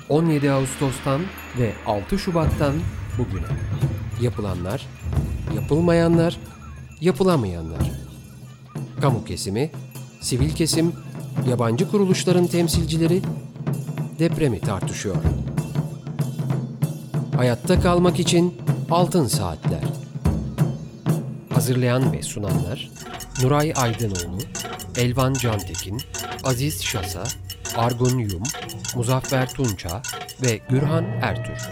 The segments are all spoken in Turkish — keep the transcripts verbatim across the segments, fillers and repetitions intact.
on yedi Ağustos'tan ve altı Şubat'tan bugüne. Yapılanlar, yapılmayanlar, yapılamayanlar. Kamu kesimi, sivil kesim, yabancı kuruluşların temsilcileri depremi tartışıyor. Hayatta kalmak için altın saatler. Hazırlayan ve sunanlar Nuray Aydınoğlu, Elvan Cantekin, Aziz Şasa, Argun Yum, Muzaffer Tunça ve Gürhan Ertür.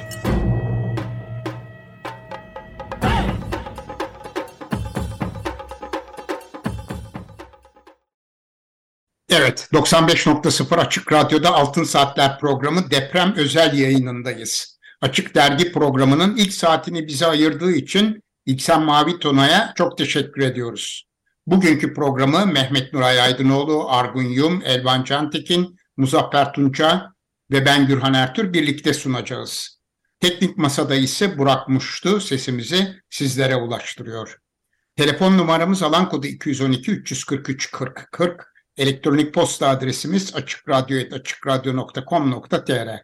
Evet, doksan beş nokta sıfır Açık Radyo'da Altın Saatler programı deprem özel yayınındayız. Açık Dergi programının ilk saatini bize ayırdığı için İksen Mavi Tona'ya çok teşekkür ediyoruz. Bugünkü programı Mehmet Nuray Aydınoğlu, Argun Yum, Elvan Cantekin, Muzaffer Tunça ve ben Gürhan Ertür birlikte sunacağız. Teknik masada ise Burak Muştu sesimizi sizlere ulaştırıyor. Telefon numaramız alan kodu iki yüz on iki üç yüz kırk üç kırk kırk. Elektronik posta adresimiz açıkradyo et açıkradyo nokta com nokta tr.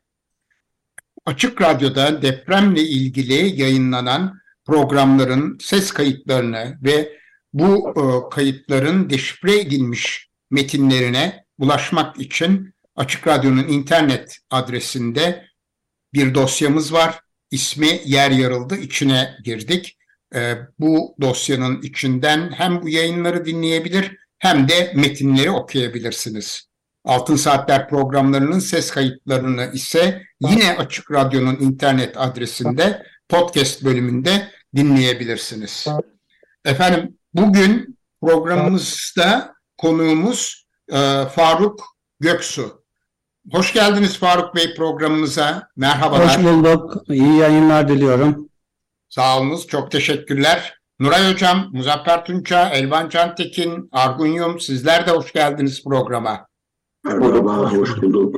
Açık Radyo'da depremle ilgili yayınlanan programların ses kayıtlarını ve bu e, kayıtların deşifre edilmiş metinlerine ulaşmak için Açık Radyo'nun internet adresinde bir dosyamız var. İsmi Yer Yarıldı, içine girdik. E, bu dosyanın içinden hem bu yayınları dinleyebilir hem de metinleri okuyabilirsiniz. Altın Saatler programlarının ses kayıtlarını ise yine Açık Radyo'nun internet adresinde podcast bölümünde dinleyebilirsiniz. Efendim bugün programımızda konuğumuz e, Faruk Göksu. Hoş geldiniz Faruk Bey programımıza. Merhabalar. Hoş bulduk. İyi yayınlar diliyorum. Sağ olunuz. Çok teşekkürler. Nuray Hocam, Muzaffer Tunça, Elvan Cantekin, Argun Yum, sizler de hoş geldiniz programa. Merhaba, hoş bulduk.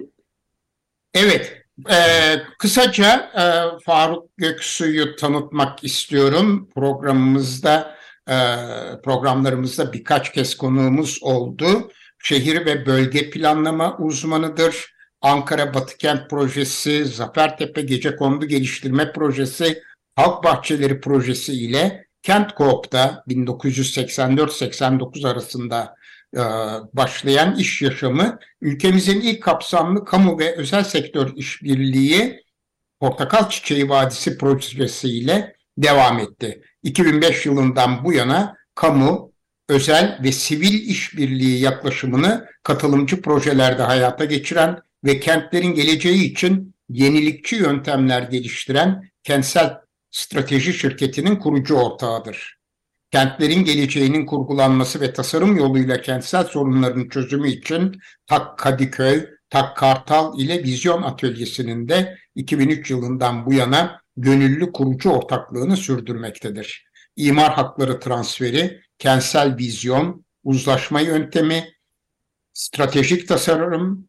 Evet, e, kısaca e, Faruk Göksu'yu tanıtmak istiyorum. Programımızda, e, programlarımızda birkaç kez konuğumuz oldu. Şehir ve bölge planlama uzmanıdır. Ankara Batıkent Projesi, Zafertepe Gecekondu Geliştirme Projesi, Halk Bahçeleri Projesi ile Kent Coop'ta bin dokuz yüz seksen dört seksen dokuz arasında e, başlayan iş yaşamı ülkemizin ilk kapsamlı kamu ve özel sektör işbirliği Portakal Çiçeği Vadisi projesi ile devam etti. iki bin beş yılından bu yana kamu, özel ve sivil işbirliği yaklaşımını katılımcı projelerde hayata geçiren ve kentlerin geleceği için yenilikçi yöntemler geliştiren Kentsel Strateji Şirketi'nin kurucu ortağıdır. Kentlerin geleceğinin kurgulanması ve tasarım yoluyla kentsel sorunların çözümü için Tak Kadıköy, Tak Kartal ile Vizyon Atölyesi'nin de iki bin üç yılından bu yana gönüllü kurucu ortaklığını sürdürmektedir. İmar hakları transferi, kentsel vizyon, uzlaşma yöntemi, stratejik tasarım,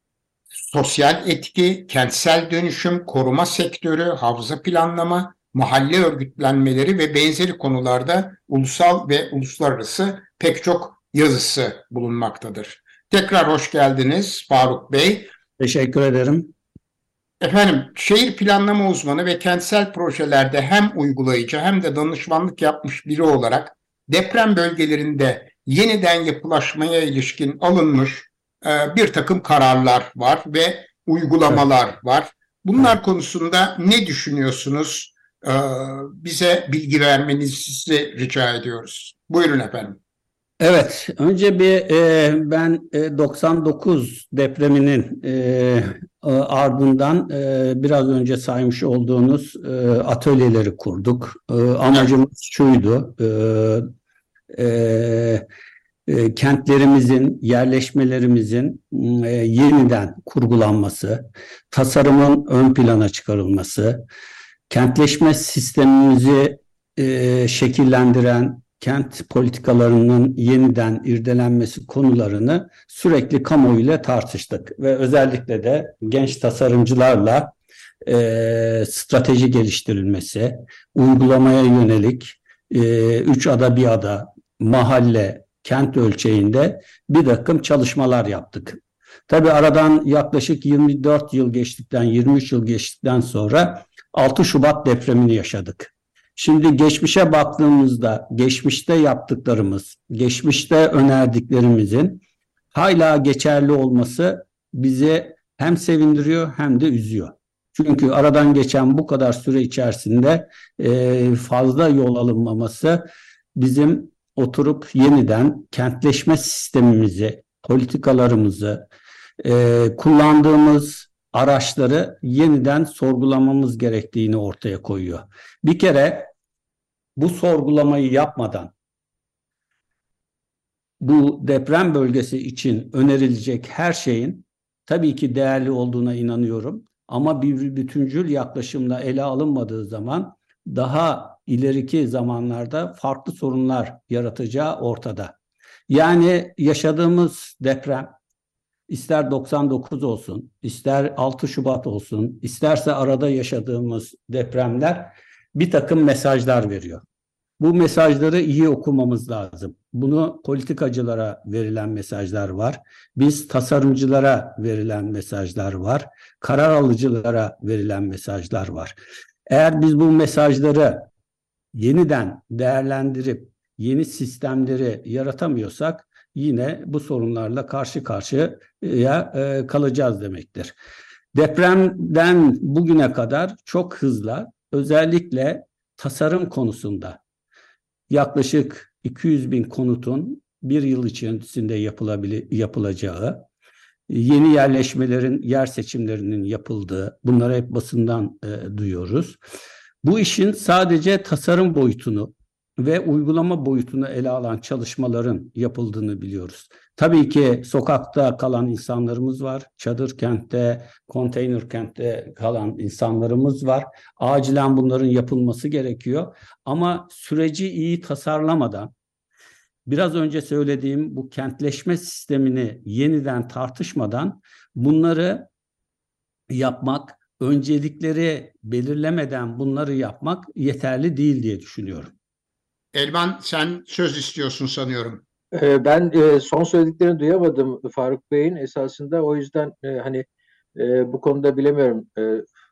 sosyal etki, kentsel dönüşüm, koruma sektörü, havza planlama, mahalle örgütlenmeleri ve benzeri konularda ulusal ve uluslararası pek çok yazısı bulunmaktadır. Tekrar hoş geldiniz Faruk Bey. Teşekkür ederim. Efendim, şehir planlama uzmanı ve kentsel projelerde hem uygulayıcı hem de danışmanlık yapmış biri olarak deprem bölgelerinde yeniden yapılaşmaya ilişkin alınmış e, bir takım kararlar var ve uygulamalar evet. var. Bunlar evet. konusunda ne düşünüyorsunuz? Ee, bize bilgi vermenizi rica ediyoruz. Buyurun efendim. Evet, önce bir e, ben e, doksan dokuz depreminin e, ardından e, biraz önce saymış olduğunuz e, atölyeleri kurduk. E, amacımız evet. şuydu, e, e, e, kentlerimizin, yerleşmelerimizin e, yeniden kurgulanması, tasarımın ön plana çıkarılması, kentleşme sistemimizi e, şekillendiren kent politikalarının yeniden irdelenmesi konularını sürekli kamuoyuyla tartıştık ve özellikle de genç tasarımcılarla e, strateji geliştirilmesi, uygulamaya yönelik e, üç ada bir ada, mahalle, kent ölçeğinde bir takım çalışmalar yaptık. Tabii aradan yaklaşık yirmi dört yıl geçtikten, yirmi üç yıl geçtikten sonra altı Şubat depremini yaşadık. Şimdi geçmişe baktığımızda geçmişte yaptıklarımız, geçmişte önerdiklerimizin hala geçerli olması bizi hem sevindiriyor hem de üzüyor. Çünkü aradan geçen bu kadar süre içerisinde e, fazla yol alınmaması bizim oturup yeniden kentleşme sistemimizi, politikalarımızı, e, kullandığımız araçları yeniden sorgulamamız gerektiğini ortaya koyuyor. Bir kere bu sorgulamayı yapmadan bu deprem bölgesi için önerilecek her şeyin tabii ki değerli olduğuna inanıyorum. Ama bir bütüncül yaklaşımla ele alınmadığı zaman daha ileriki zamanlarda farklı sorunlar yaratacağı ortada. Yani yaşadığımız deprem ister doksan dokuz olsun, ister altı Şubat olsun, isterse arada yaşadığımız depremler bir takım mesajlar veriyor. Bu mesajları iyi okumamız lazım. Bunu politikacılara verilen mesajlar var. Biz tasarımcılara verilen mesajlar var. Karar alıcılara verilen mesajlar var. Eğer biz bu mesajları yeniden değerlendirip yeni sistemleri yaratamıyorsak yine bu sorunlarla karşı karşıya e, kalacağız demektir. Depremden bugüne kadar çok hızlı, özellikle tasarım konusunda yaklaşık iki yüz bin konutun bir yıl içerisinde yapılacağı, yeni yerleşmelerin, yer seçimlerinin yapıldığı, bunları hep basından e, duyuyoruz. Bu işin sadece tasarım boyutunu ve uygulama boyutunu ele alan çalışmaların yapıldığını biliyoruz. Tabii ki sokakta kalan insanlarımız var, çadır kentte, konteyner kentte kalan insanlarımız var. Acilen bunların yapılması gerekiyor. Ama süreci iyi tasarlamadan, biraz önce söylediğim bu kentleşme sistemini yeniden tartışmadan bunları yapmak, öncelikleri belirlemeden bunları yapmak yeterli değil diye düşünüyorum. Elvan, sen söz istiyorsun sanıyorum. Ee, Ben e, son söylediklerini duyamadım Faruk Bey'in esasında. O yüzden e, hani e, bu konuda bilemiyorum. E,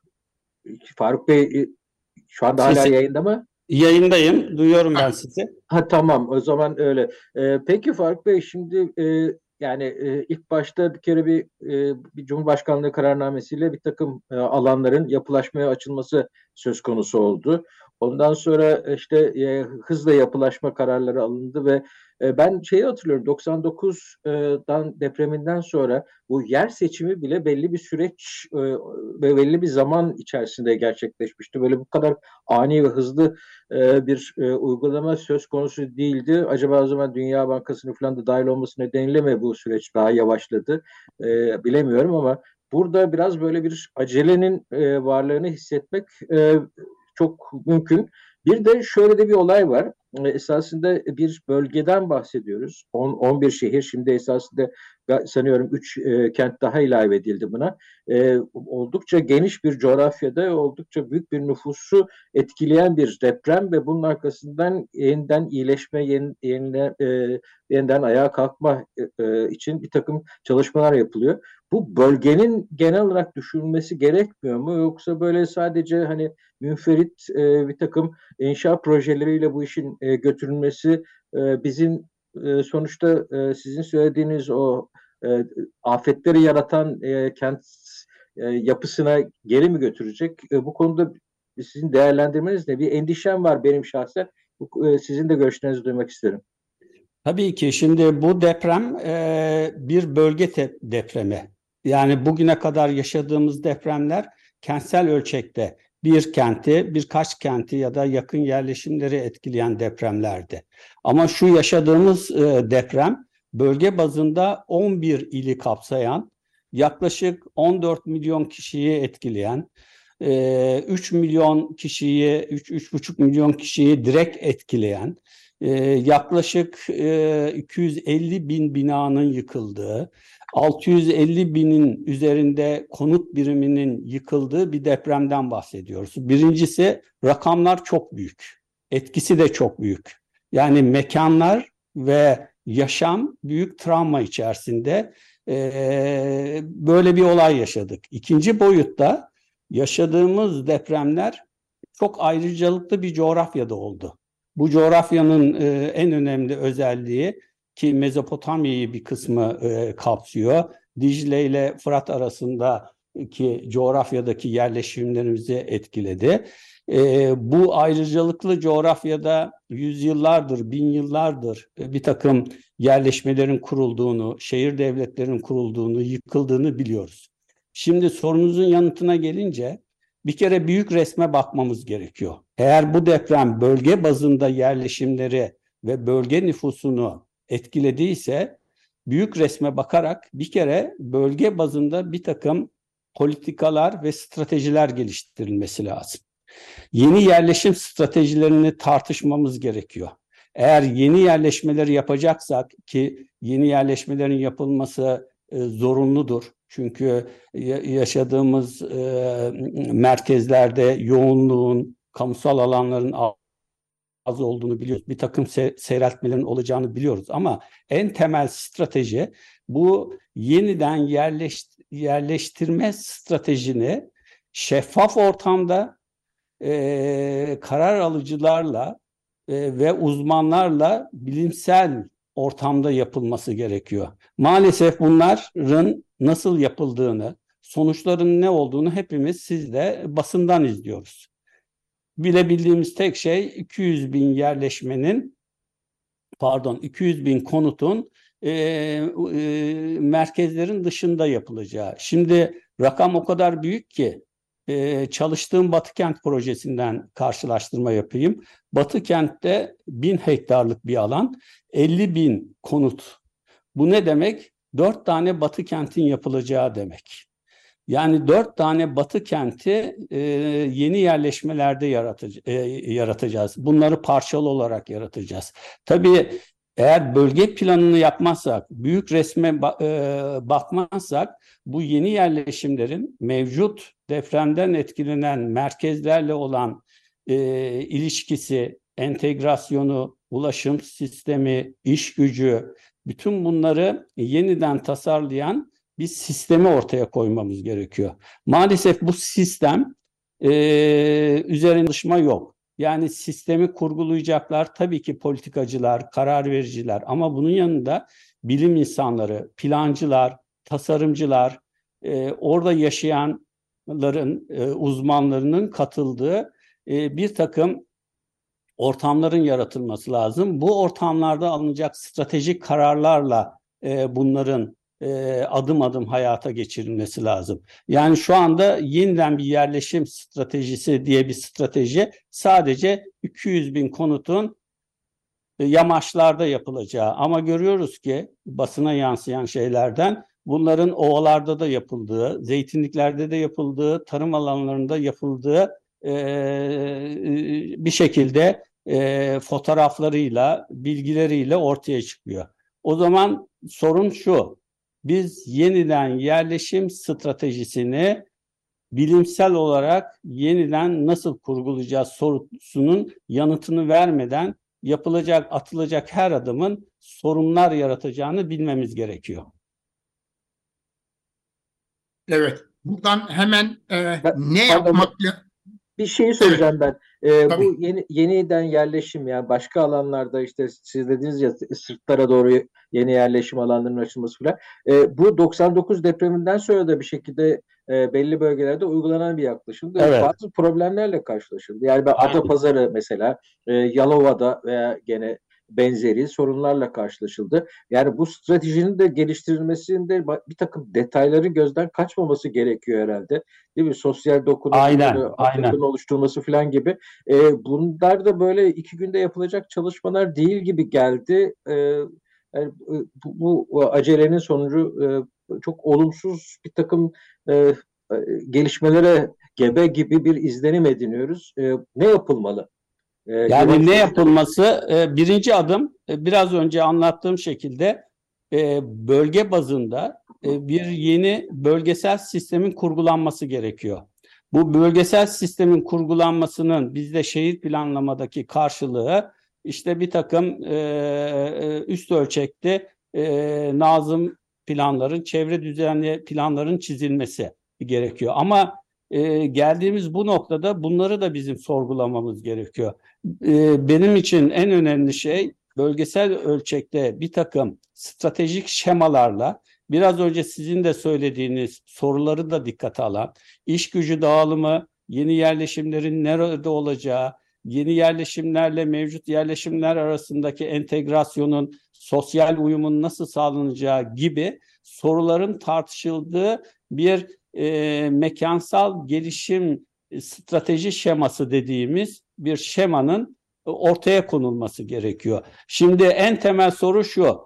Faruk Bey e, şu anda hala Sesi- yayında mı? Yayındayım, duyuyorum ben Ha. sizi. Ha, tamam, o zaman öyle. Ee, peki Faruk Bey, şimdi e, yani e, ilk başta bir kere bir, e, bir Cumhurbaşkanlığı kararnamesiyle bir takım e, alanların yapılaşmaya açılması söz konusu oldu. Ondan sonra işte e, hızla yapılaşma kararları alındı ve e, ben şeyi hatırlıyorum, doksan dokuzdan depreminden sonra bu yer seçimi bile belli bir süreç e, ve belli bir zaman içerisinde gerçekleşmişti. Böyle bu kadar ani ve hızlı e, bir e, uygulama söz konusu değildi. Acaba o zaman Dünya Bankası'nın falan da dahil olması nedeniyle mi bu süreç daha yavaşladı? E, bilemiyorum ama burada biraz böyle bir acelenin e, varlığını hissetmek e, çok mümkün. Bir de şöyle de bir olay var. E, esasında bir bölgeden bahsediyoruz. on on bir şehir, şimdi esasında sanıyorum üç e, kent daha ilave edildi buna. E, oldukça geniş bir coğrafyada oldukça büyük bir nüfusu etkileyen bir deprem ve bunun arkasından yeniden iyileşme, yeni, yenile, e, yeniden ayağa kalkma e, için bir takım çalışmalar yapılıyor. Bu bölgenin genel olarak düşünülmesi gerekmiyor mu? Yoksa böyle sadece hani münferit e, bir takım inşa projeleriyle bu işin e, götürülmesi e, bizim e, sonuçta e, sizin söylediğiniz o e, afetleri yaratan e, kent e, yapısına geri mi götürecek? E, bu konuda sizin değerlendirmeniz ne? Bir endişem var benim şahsen. Bu, e, sizin de görüşlerinizi duymak isterim. Tabii ki şimdi bu deprem e, bir bölge te- depremi. Yani bugüne kadar yaşadığımız depremler kentsel ölçekte bir kenti, birkaç kenti ya da yakın yerleşimleri etkileyen depremlerdi. Ama şu yaşadığımız e, deprem bölge bazında on bir ili kapsayan, yaklaşık on dört milyon kişiyi etkileyen, e, üç milyon kişiyi, üç üç buçuk milyon kişiyi direkt etkileyen, e, yaklaşık e, iki yüz elli bin binanın yıkıldığı, altı yüz elli binin üzerinde konut biriminin yıkıldığı bir depremden bahsediyoruz. Birincisi, rakamlar çok büyük. Etkisi de çok büyük. Yani mekanlar ve yaşam büyük travma içerisinde e, böyle bir olay yaşadık. İkinci boyutta yaşadığımız depremler çok ayrıcalıklı bir coğrafyada oldu. Bu coğrafyanın e, en önemli özelliği ki Mezopotamya'yı bir kısmı e, kapsıyor. Dicle ile Fırat arasındaki coğrafyadaki yerleşimlerimizi etkiledi. E, bu ayrıcalıklı coğrafyada yüzyıllardır, bin yıllardır e, bir takım yerleşmelerin kurulduğunu, şehir devletlerin kurulduğunu, yıkıldığını biliyoruz. Şimdi sorunuzun yanıtına gelince bir kere büyük resme bakmamız gerekiyor. Eğer bu deprem bölge bazında yerleşimleri ve bölge nüfusunu etkilediyse büyük resme bakarak bir kere bölge bazında bir takım politikalar ve stratejiler geliştirilmesi lazım. Yeni yerleşim stratejilerini tartışmamız gerekiyor. Eğer yeni yerleşmeleri yapacaksak ki yeni yerleşmelerin yapılması e, zorunludur. Çünkü yaşadığımız e, merkezlerde yoğunluğun, kamusal alanların az olduğunu biliyoruz. Bir takım se- seyreltmelerin olacağını biliyoruz. Ama en temel strateji bu yeniden yerleş- yerleştirme stratejini şeffaf ortamda e, karar alıcılarla e, ve uzmanlarla bilimsel ortamda yapılması gerekiyor. Maalesef bunların nasıl yapıldığını, sonuçların ne olduğunu hepimiz siz de basından izliyoruz. Bilebildiğimiz tek şey iki yüz bin yerleşmenin, pardon iki yüz bin konutun e, e, merkezlerin dışında yapılacağı. Şimdi rakam o kadar büyük ki e, çalıştığım Batıkent projesinden karşılaştırma yapayım. Batıkent'te bin hektarlık bir alan, elli bin konut. Bu ne demek? Dört tane Batıkent'in yapılacağı demek. Yani dört tane Batı kenti e, yeni yerleşmelerde yaratıc- e, yaratacağız. Bunları parçalı olarak yaratacağız. Tabii eğer bölge planını yapmazsak, büyük resme ba- e, bakmazsak bu yeni yerleşimlerin mevcut depremden etkilenen merkezlerle olan e, ilişkisi, entegrasyonu, ulaşım sistemi, iş gücü, bütün bunları yeniden tasarlayan bir sistemi ortaya koymamız gerekiyor. Maalesef bu sistem e, üzerinde çalışma yok. Yani sistemi kurgulayacaklar tabii ki politikacılar, karar vericiler ama bunun yanında bilim insanları, plancılar, tasarımcılar, e, orada yaşayanların, e, uzmanlarının katıldığı e, bir takım ortamların yaratılması lazım. Bu ortamlarda alınacak stratejik kararlarla e, bunların e, adım adım hayata geçirilmesi lazım. Yani şu anda yeniden bir yerleşim stratejisi diye bir strateji sadece iki yüz bin konutun e, yamaçlarda yapılacağı. Ama görüyoruz ki basına yansıyan şeylerden bunların ovalarda da yapıldığı, zeytinliklerde de yapıldığı, tarım alanlarında yapıldığı e, bir şekilde e, fotoğraflarıyla, bilgileriyle ortaya çıkıyor. O zaman sorun şu, biz yeniden yerleşim stratejisini bilimsel olarak yeniden nasıl kurgulayacağız sorusunun yanıtını vermeden yapılacak, atılacak her adımın sorunlar yaratacağını bilmemiz gerekiyor. Evet. Buradan hemen e, Ben- ne pardon, yapmakla... Bir şeyi soracağım ben. Ee, Tabii. bu yeni yeniden yerleşim yani başka alanlarda işte siz dediniz ya sırtlara doğru yeni yerleşim alanlarının açılması falan. Ee, bu doksan dokuz depreminden sonra da bir şekilde e, belli bölgelerde uygulanan bir yaklaşımdı. Evet. Bazı problemlerle karşılaşıldı. Yani ben Aynen. Adapazarı mesela e, Yalova'da veya gene benzeri sorunlarla karşılaşıldı. Yani bu stratejinin de geliştirilmesinde bir takım detayları gözden kaçmaması gerekiyor herhalde. Değil mi? Sosyal dokunun Aynen, böyle aynen. altyapının oluşturulması falan gibi. E, bunlar da böyle iki günde yapılacak çalışmalar değil gibi geldi. E, yani bu, bu acelenin sonucu e, çok olumsuz bir takım e, gelişmelere gebe gibi bir izlenim ediniyoruz. E, ne yapılmalı? E, Yani yeni- ne yapılması? E, birinci adım e, biraz önce anlattığım şekilde e, bölge bazında e, bir yeni bölgesel sistemin kurgulanması gerekiyor. Bu bölgesel sistemin kurgulanmasının bizde şehir planlamadaki karşılığı işte bir takım e, üst ölçekli e, nazım planların, çevre düzenli planların çizilmesi gerekiyor. Ama e, geldiğimiz bu noktada bunları da bizim sorgulamamız gerekiyor. E, benim için en önemli şey bölgesel ölçekte bir takım stratejik şemalarla biraz önce sizin de söylediğiniz soruları da dikkate alan, iş gücü dağılımı, yeni yerleşimlerin nerede olacağı, yeni yerleşimlerle mevcut yerleşimler arasındaki entegrasyonun, sosyal uyumun nasıl sağlanacağı gibi soruların tartışıldığı bir e, mekansal gelişim strateji şeması dediğimiz bir şemanın ortaya konulması gerekiyor. Şimdi en temel soru şu: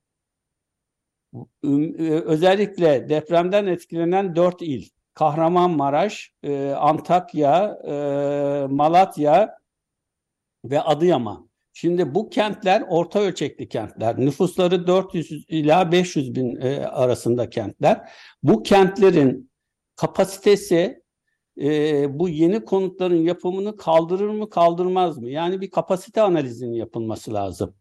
özellikle depremden etkilenen dört il, Kahramanmaraş, e, Antakya, e, Malatya ve Adıyaman. Şimdi bu kentler orta ölçekli kentler. Nüfusları dört yüz ila beş yüz bin e, arasında kentler. Bu kentlerin kapasitesi e, bu yeni konutların yapımını kaldırır mı kaldırmaz mı? Yani bir kapasite analizinin yapılması lazım.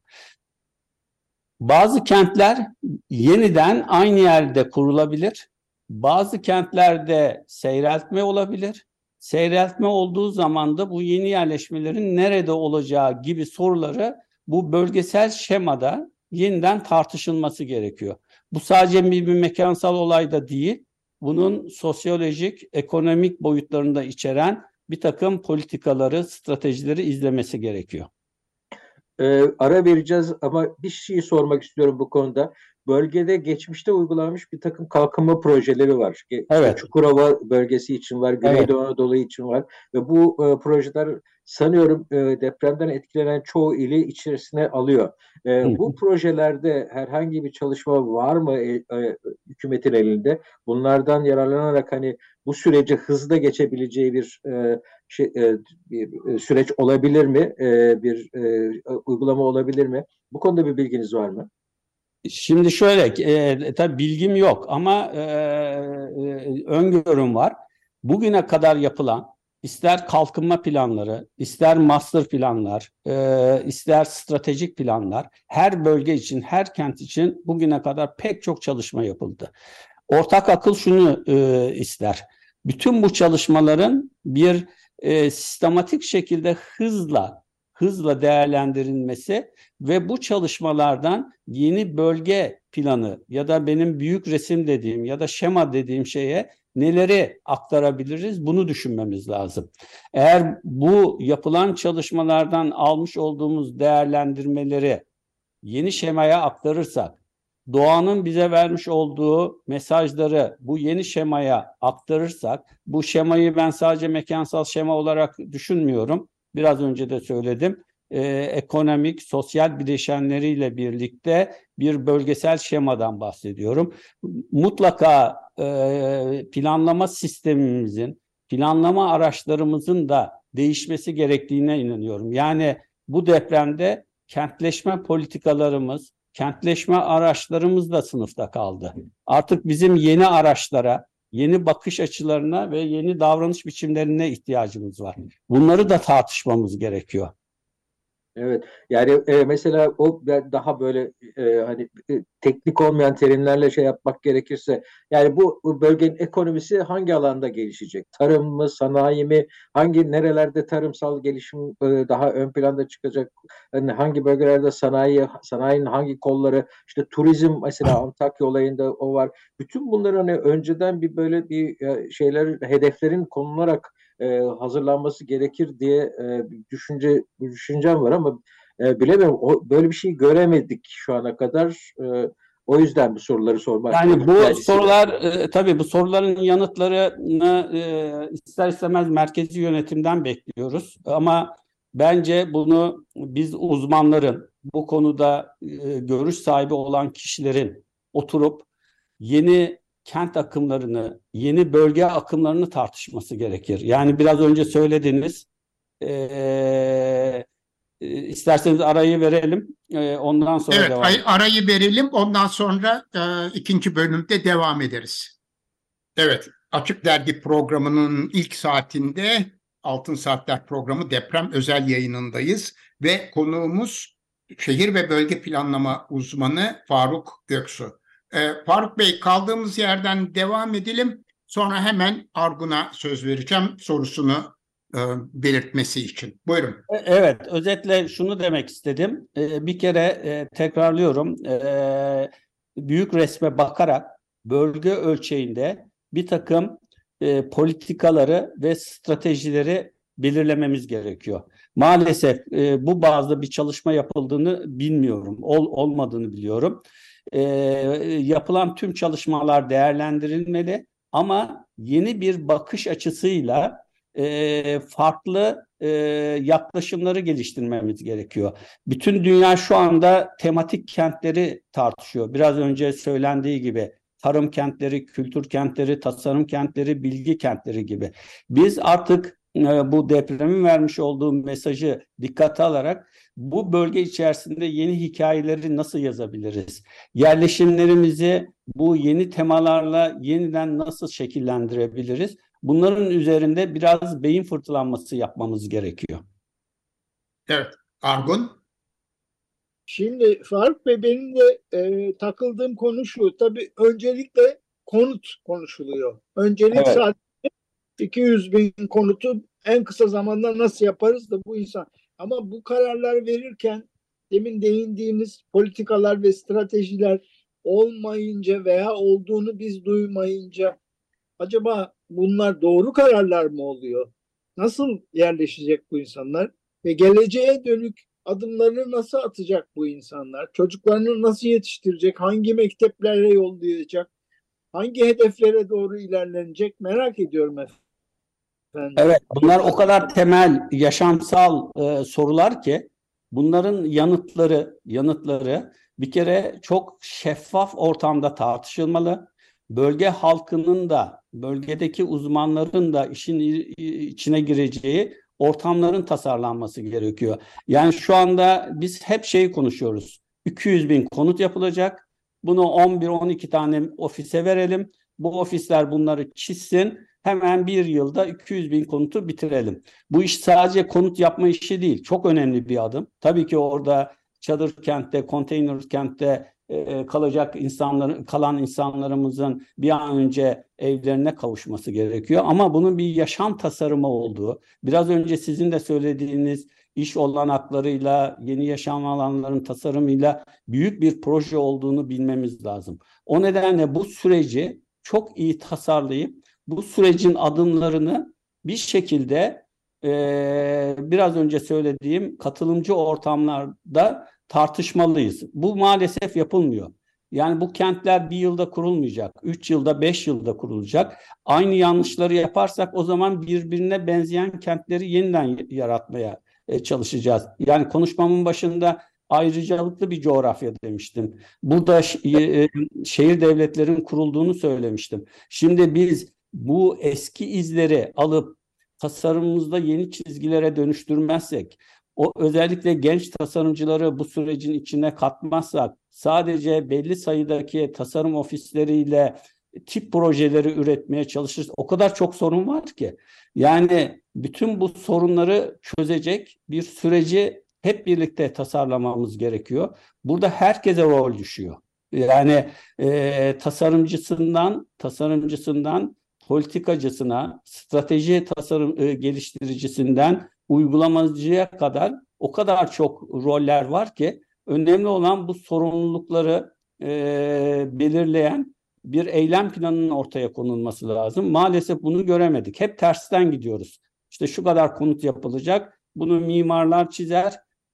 Bazı kentler yeniden aynı yerde kurulabilir. Bazı kentlerde seyreltme olabilir. Seyreltme olduğu zaman da bu yeni yerleşmelerin nerede olacağı gibi soruları bu bölgesel şemada yeniden tartışılması gerekiyor. Bu sadece bir, bir mekansal olay da değil, bunun sosyolojik, ekonomik boyutlarını da içeren bir takım politikaları, stratejileri izlemesi gerekiyor. Ee, ara vereceğiz ama bir şeyi sormak istiyorum bu konuda. Bölgede geçmişte uygulanmış bir takım kalkınma projeleri var. İşte Evet. Çukurova bölgesi için var, Güneydoğu Evet. Anadolu için var ve bu e, projeler sanıyorum e, depremden etkilenen çoğu ili içerisine alıyor. E, Hı. bu projelerde herhangi bir çalışma var mı e, e, hükümetin elinde? Bunlardan yararlanarak hani bu süreci hızlı geçebileceği bir e, şey, e, bir e, süreç olabilir mi? E, bir e, uygulama olabilir mi? Bu konuda bir bilginiz var mı? Şimdi şöyle, e, tabii bilgim yok ama e, e, öngörüm var. Bugüne kadar yapılan ister kalkınma planları, ister master planlar, e, ister stratejik planlar, her bölge için, her kent için bugüne kadar pek çok çalışma yapıldı. Ortak akıl şunu e, ister: bütün bu çalışmaların bir e, sistematik şekilde hızla hızla değerlendirilmesi ve bu çalışmalardan yeni bölge planı ya da benim büyük resim dediğim ya da şema dediğim şeye neleri aktarabiliriz, bunu düşünmemiz lazım. Eğer bu yapılan çalışmalardan almış olduğumuz değerlendirmeleri yeni şemaya aktarırsak, doğanın bize vermiş olduğu mesajları bu yeni şemaya aktarırsak, bu şemayı ben sadece mekansal şema olarak düşünmüyorum. Biraz önce de söyledim. Ee, ekonomik, sosyal bileşenleriyle birlikte bir bölgesel şemadan bahsediyorum. Mutlaka e, planlama sistemimizin, planlama araçlarımızın da değişmesi gerektiğine inanıyorum. Yani bu depremde kentleşme politikalarımız, kentleşme araçlarımız da sınıfta kaldı. Artık bizim yeni araçlara, yeni bakış açılarına ve yeni davranış biçimlerine ihtiyacımız var. Bunları da tartışmamız gerekiyor. Evet, yani e, mesela o daha böyle e, hani e, teknik olmayan terimlerle şey yapmak gerekirse, yani bu, bu bölgenin ekonomisi hangi alanda gelişecek? Tarım mı, sanayi mi? Hangi nerelerde tarımsal gelişim e, daha ön planda çıkacak? Yani hangi bölgelerde sanayi, sanayinin hangi kolları? İşte turizm mesela Antakya olayında o var. Bütün bunları hani önceden bir böyle bir e, şeyler, hedeflerin konularak e, hazırlanması gerekir diye e, bir düşünce bir düşüncem var ama e, bilemiyorum. O, böyle bir şey göremedik şu ana kadar. E, o yüzden bu soruları sormak. Yani bu Yani sorular e, tabii bu soruların yanıtlarını e, ister istemez merkezi yönetimden bekliyoruz. Ama bence bunu biz uzmanların, bu konuda e, görüş sahibi olan kişilerin oturup yeni kent akımlarını, yeni bölge akımlarını tartışması gerekir. Yani biraz önce söylediniz. E, isterseniz arayı verelim. E, ondan sonra Evet, devam ay- edelim. arayı verelim. Ondan sonra e, ikinci bölümde devam ederiz. Evet, Açık Dergi programının ilk saatinde Altın Saatler programı deprem özel yayınındayız ve konuğumuz şehir ve bölge planlama uzmanı Faruk Göksu. Ee, Faruk Bey, kaldığımız yerden devam edelim. Sonra hemen Argun'a söz vereceğim sorusunu e, belirtmesi için. Buyurun. Evet, özetle şunu demek istedim. Ee, bir kere e, tekrarlıyorum. Ee, büyük resme bakarak bölge ölçeğinde bir takım e, politikaları ve stratejileri belirlememiz gerekiyor. Maalesef e, bu bazda bir çalışma yapıldığını bilmiyorum, ol, olmadığını biliyorum. E, yapılan tüm çalışmalar değerlendirilmeli ama yeni bir bakış açısıyla e, farklı e, yaklaşımları geliştirmemiz gerekiyor. Bütün dünya şu anda tematik kentleri tartışıyor. Biraz önce söylendiği gibi tarım kentleri, kültür kentleri, tasarım kentleri, bilgi kentleri gibi. Biz artık e, bu depremin vermiş olduğu mesajı dikkate alarak bu bölge içerisinde yeni hikayeleri nasıl yazabiliriz? Yerleşimlerimizi bu yeni temalarla yeniden nasıl şekillendirebiliriz? Bunların üzerinde biraz beyin fırtılanması yapmamız gerekiyor. Evet, Argun. Şimdi Faruk Bey, benim de e, takıldığım konu şu. Tabii öncelikle konut konuşuluyor. Öncelik Evet. sadece iki yüz bin konutu en kısa zamanda nasıl yaparız da bu insan. Ama bu kararlar verirken demin değindiğiniz politikalar ve stratejiler olmayınca veya olduğunu biz duymayınca acaba bunlar doğru kararlar mı oluyor? Nasıl yerleşecek bu insanlar? Ve geleceğe dönük adımlarını nasıl atacak bu insanlar? Çocuklarını nasıl yetiştirecek? Hangi mekteplere yollayacak? Hangi hedeflere doğru ilerlenecek? Merak ediyorum efendim. Evet, bunlar o kadar temel, yaşamsal e, sorular ki bunların yanıtları, yanıtları bir kere çok şeffaf ortamda tartışılmalı. Bölge halkının da, bölgedeki uzmanların da işin içine gireceği ortamların tasarlanması gerekiyor. Yani şu anda biz hep şeyi konuşuyoruz. iki yüz bin konut yapılacak. Bunu on bir on iki tane ofise verelim. Bu ofisler bunları çizsin. Hemen bir yılda iki yüz bin konutu bitirelim. Bu iş sadece konut yapma işi değil. Çok önemli bir adım. Tabii ki orada çadır kentte, konteyner kentte e, kalacak insanların, kalan insanlarımızın bir an önce evlerine kavuşması gerekiyor. Ama bunun bir yaşam tasarımı olduğu, biraz önce sizin de söylediğiniz iş olanaklarıyla, yeni yaşam alanlarının tasarımıyla büyük bir proje olduğunu bilmemiz lazım. O nedenle bu süreci çok iyi tasarlayıp bu sürecin adımlarını bir şekilde e, biraz önce söylediğim katılımcı ortamlarda tartışmalıyız. Bu maalesef yapılmıyor. Yani bu kentler bir yılda kurulmayacak, üç yılda, beş yılda kurulacak. Aynı yanlışları yaparsak o zaman birbirine benzeyen kentleri yeniden yaratmaya e, çalışacağız. Yani konuşmamın başında ayrıcalıklı bir coğrafya demiştim. Burada e, şehir devletlerin kurulduğunu söylemiştim. Şimdi biz bu eski izleri alıp tasarımımızda yeni çizgilere dönüştürmezsek, o özellikle genç tasarımcıları bu sürecin içine katmazsak, sadece belli sayıdaki tasarım ofisleriyle tip projeleri üretmeye çalışırız. O kadar çok sorun var ki. Yani bütün bu sorunları çözecek bir süreci hep birlikte tasarlamamız gerekiyor. Burada herkese rol düşüyor. Yani e, tasarımcısından, tasarımcısından politikacısına, strateji tasarım e, geliştiricisinden uygulamacıya kadar o kadar çok roller var ki önemli olan bu sorumlulukları e, belirleyen bir eylem planının ortaya konulması lazım. Maalesef bunu göremedik. Hep tersten gidiyoruz. İşte şu kadar konut yapılacak, bunu mimarlar çizer.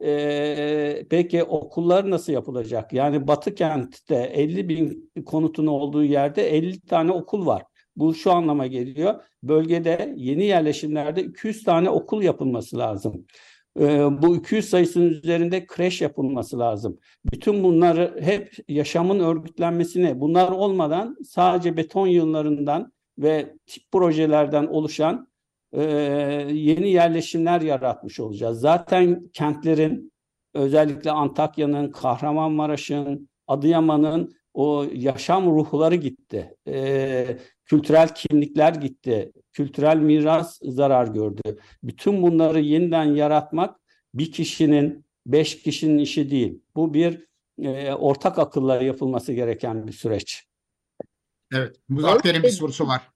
Ee, peki okullar nasıl yapılacak? Yani Batı kentte elli bin konutun olduğu yerde elli tane okul var. Bu şu anlama geliyor. Bölgede yeni yerleşimlerde iki yüz tane okul yapılması lazım. Ee, bu iki yüz sayısının üzerinde kreş yapılması lazım. Bütün bunları hep yaşamın örgütlenmesine, bunlar olmadan sadece beton yığınlarından ve tip projelerden oluşan e, yeni yerleşimler yaratmış olacağız. Zaten kentlerin, özellikle Antakya'nın, Kahramanmaraş'ın, Adıyaman'ın o yaşam ruhları gitti. E, kültürel kimlikler gitti. kültürel miras zarar gördü. Bütün bunları yeniden yaratmak bir kişinin, beş kişinin işi değil. Bu bir e, ortak akılla yapılması gereken bir süreç. Evet, Muzaffer'in bir sorusu var.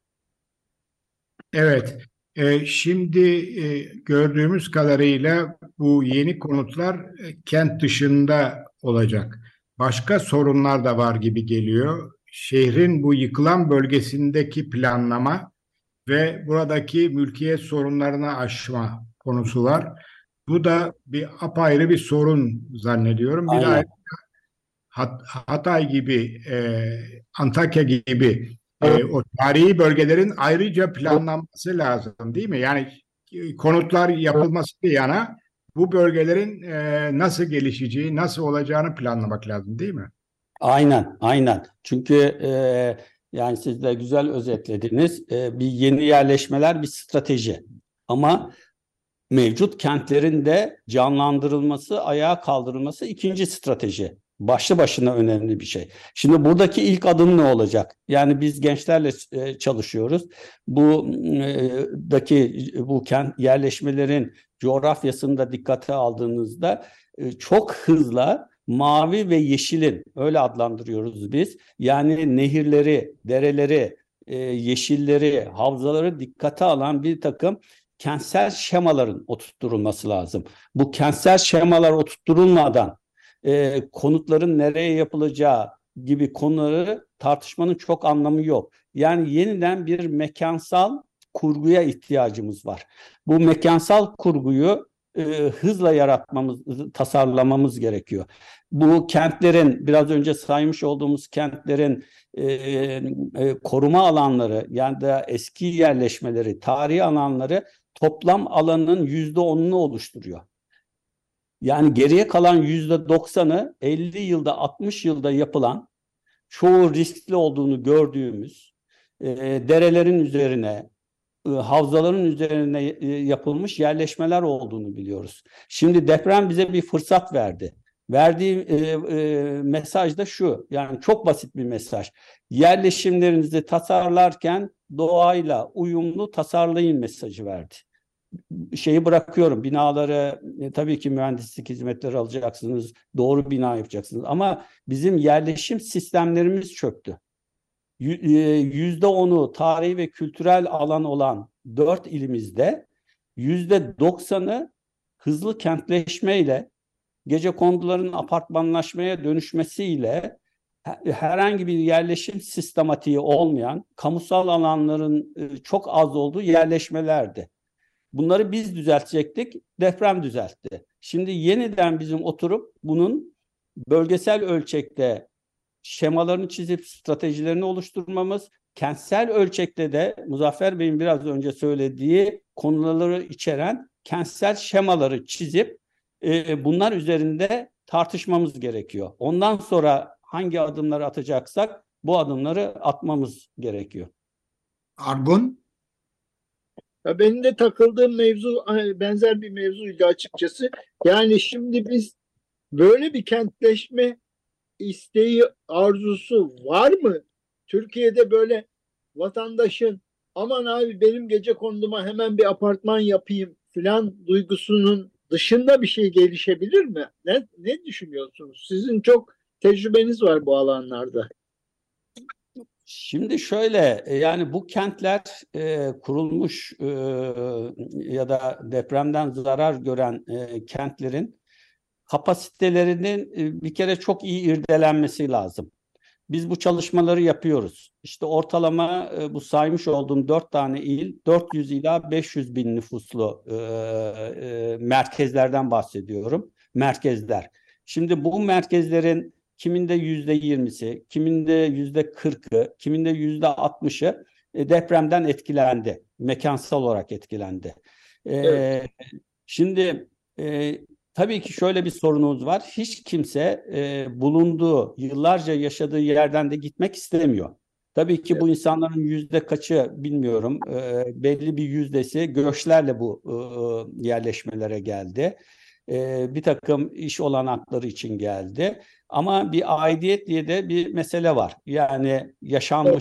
Evet, e, şimdi e, gördüğümüz kadarıyla bu yeni konutlar e, kent dışında olacak. Başka sorunlar da var gibi geliyor. Şehrin bu yıkılan bölgesindeki planlama ve buradaki mülkiyet sorunlarını aşma konusu var. Bu da bir apayrı bir sorun zannediyorum. Bir de Aynen. Hat- Hatay gibi, e, Antakya gibi e, o tarihi bölgelerin ayrıca planlanması lazım, değil mi? Yani e, konutlar yapılması bir yana bu bölgelerin e, nasıl gelişeceği, nasıl olacağını planlamak lazım, değil mi? Aynen, aynen. Çünkü e, yani siz de güzel özetlediniz. E, bir yeni yerleşmeler bir strateji. Ama mevcut kentlerin de canlandırılması, ayağa kaldırılması ikinci strateji. Başlı başına önemli bir şey. Şimdi buradaki ilk adım ne olacak? Yani biz gençlerle e, çalışıyoruz. Bu e, daki bu kent yerleşmelerin coğrafyasını da dikkate aldığınızda e, çok hızlı mavi ve yeşilin, öyle adlandırıyoruz biz. Yani nehirleri, dereleri, e, yeşilleri, havzaları dikkate alan bir takım kentsel şemaların oturtturulması lazım. Bu kentsel şemalar oturtturulmadan e, konutların nereye yapılacağı gibi konuları tartışmanın çok anlamı yok. Yani yeniden bir mekansal kurguya ihtiyacımız var. Bu mekansal kurguyu e, hızla yaratmamız, tasarlamamız gerekiyor. Bu kentlerin, biraz önce saymış olduğumuz kentlerin e, e, koruma alanları, yani da eski yerleşmeleri, tarihi alanları toplam alanın yüzde onunu oluşturuyor. Yani geriye kalan yüzde doksanı elli yılda, altmış yılda yapılan, çoğu riskli olduğunu gördüğümüz e, derelerin üzerine, e, havzaların üzerine e, yapılmış yerleşmeler olduğunu biliyoruz. Şimdi deprem bize bir fırsat verdi. Verdiği e, e, mesaj da şu, yani çok basit bir mesaj. Yerleşimlerinizi tasarlarken doğayla uyumlu tasarlayın mesajı verdi. Şeyi bırakıyorum, binaları e, tabii ki mühendislik hizmetleri alacaksınız, doğru bina yapacaksınız ama bizim yerleşim sistemlerimiz çöktü. Yüzde onu tarihi ve kültürel alan olan dört ilimizde yüzde doksanı hızlı kentleşmeyle, gecekonduların apartmanlaşmaya dönüşmesiyle, herhangi bir yerleşim sistematiği olmayan, kamusal alanların çok az olduğu yerleşmelerdi. Bunları biz düzeltecektik, deprem düzeltti. Şimdi yeniden bizim oturup bunun bölgesel ölçekte şemalarını çizip stratejilerini oluşturmamız, kentsel ölçekte de Muzaffer Bey'in biraz önce söylediği konuları içeren kentsel şemaları çizip e, bunlar üzerinde tartışmamız gerekiyor. Ondan sonra hangi adımları atacaksak bu adımları atmamız gerekiyor. Argun? Ya benim de takıldığım mevzu benzer bir mevzuydu açıkçası. Yani şimdi biz böyle bir kentleşme isteği, arzusu var mı? Türkiye'de böyle vatandaşın aman abi benim gecekonduma hemen bir apartman yapayım filan duygusunun dışında bir şey gelişebilir mi? Ne, ne düşünüyorsunuz? Sizin çok tecrübeniz var bu alanlarda. Şimdi şöyle, yani bu kentler e, kurulmuş e, ya da depremden zarar gören e, kentlerin kapasitelerinin e, bir kere çok iyi irdelenmesi lazım. Biz bu çalışmaları yapıyoruz. İşte ortalama e, bu saymış olduğum dört tane il, dört yüz ila beş yüz bin nüfuslu e, e, merkezlerden bahsediyorum. Merkezler. Şimdi bu merkezlerin kiminde yüzde yirmisi, kiminde yüzde kırkı, kiminde yüzde altmışı e, depremden etkilendi. Mekansal olarak etkilendi. E, Evet. Şimdi e, tabii ki şöyle bir sorunumuz var. Hiç kimse e, bulunduğu, yıllarca yaşadığı yerden de gitmek istemiyor. Tabii ki bu insanların yüzde kaçı bilmiyorum. E, belli bir yüzdesi göçlerle bu e, yerleşmelere geldi. E, bir takım iş olanakları için geldi. Ama bir aidiyet diye de bir mesele var. Yani yaşanmışlıklar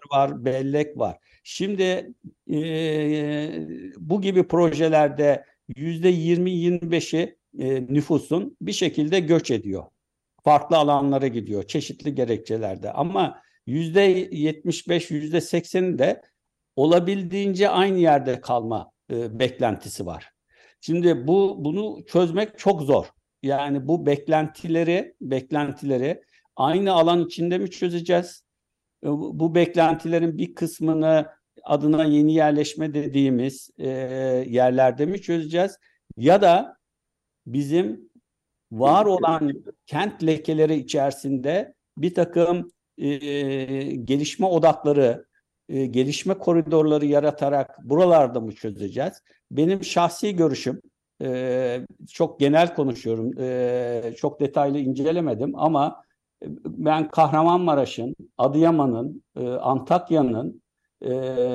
var, bellek var. Şimdi e, bu gibi projelerde yüzde yirmi yirmi beşi e, nüfusun bir şekilde göç ediyor. Farklı alanlara gidiyor çeşitli gerekçelerde. Ama yüzde yetmiş beş, yüzde sekseni de olabildiğince aynı yerde kalma e, beklentisi var. Şimdi bu bunu çözmek çok zor. Yani bu beklentileri, beklentileri aynı alan içinde mi çözeceğiz? E, Bu bu beklentilerin bir kısmını adına yeni yerleşme dediğimiz e, yerlerde mi çözeceğiz? Ya da bizim var olan kent lekeleri içerisinde bir takım e, gelişme odakları, e, gelişme koridorları yaratarak buralarda mı çözeceğiz? Benim şahsi görüşüm, e, çok genel konuşuyorum, e, çok detaylı incelemedim ama ben Kahramanmaraş'ın, Adıyaman'ın, e, Antakya'nın e,